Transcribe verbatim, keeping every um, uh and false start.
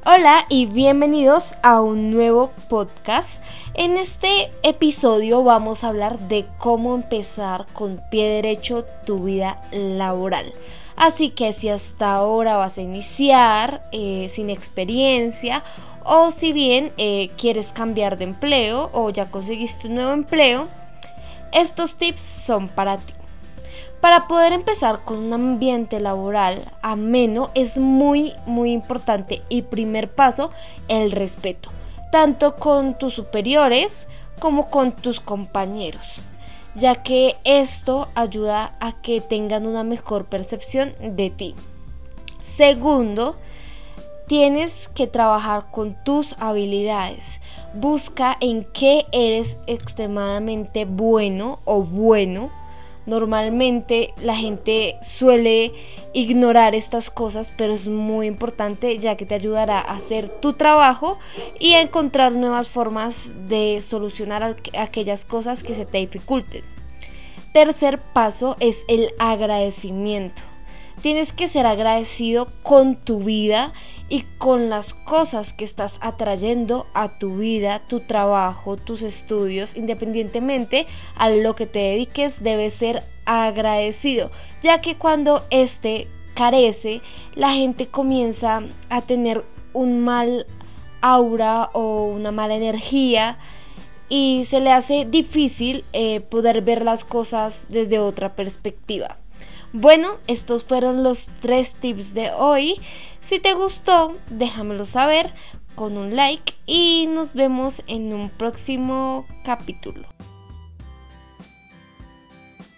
Hola y bienvenidos a un nuevo podcast. En este episodio vamos a hablar de cómo empezar con pie derecho tu vida laboral. Así que si hasta ahora vas a iniciar eh, sin experiencia o si bien eh, quieres cambiar de empleo o ya conseguiste un nuevo empleo, estos tips son para ti. Para poder empezar con un ambiente laboral ameno es muy muy importante y primer paso el respeto, tanto con tus superiores como con tus compañeros, ya que esto ayuda a que tengan una mejor percepción de ti. Segundo, tienes que trabajar con tus habilidades. Busca en qué eres extremadamente bueno o bueno. Normalmente la gente suele ignorar estas cosas, pero es muy importante ya que te ayudará a hacer tu trabajo y a encontrar nuevas formas de solucionar aquellas cosas que se te dificulten. Tercer paso es el agradecimiento. Tienes que ser agradecido con tu vida y con las cosas que estás atrayendo a tu vida, tu trabajo, tus estudios, independientemente a lo que te dediques, debes ser agradecido, ya que cuando este carece, la gente comienza a tener un mal aura o una mala energía y se le hace difícil eh, poder ver las cosas desde otra perspectiva. Bueno, estos fueron los tres tips de hoy. Si te gustó, déjamelo saber con un like y nos vemos en un próximo capítulo.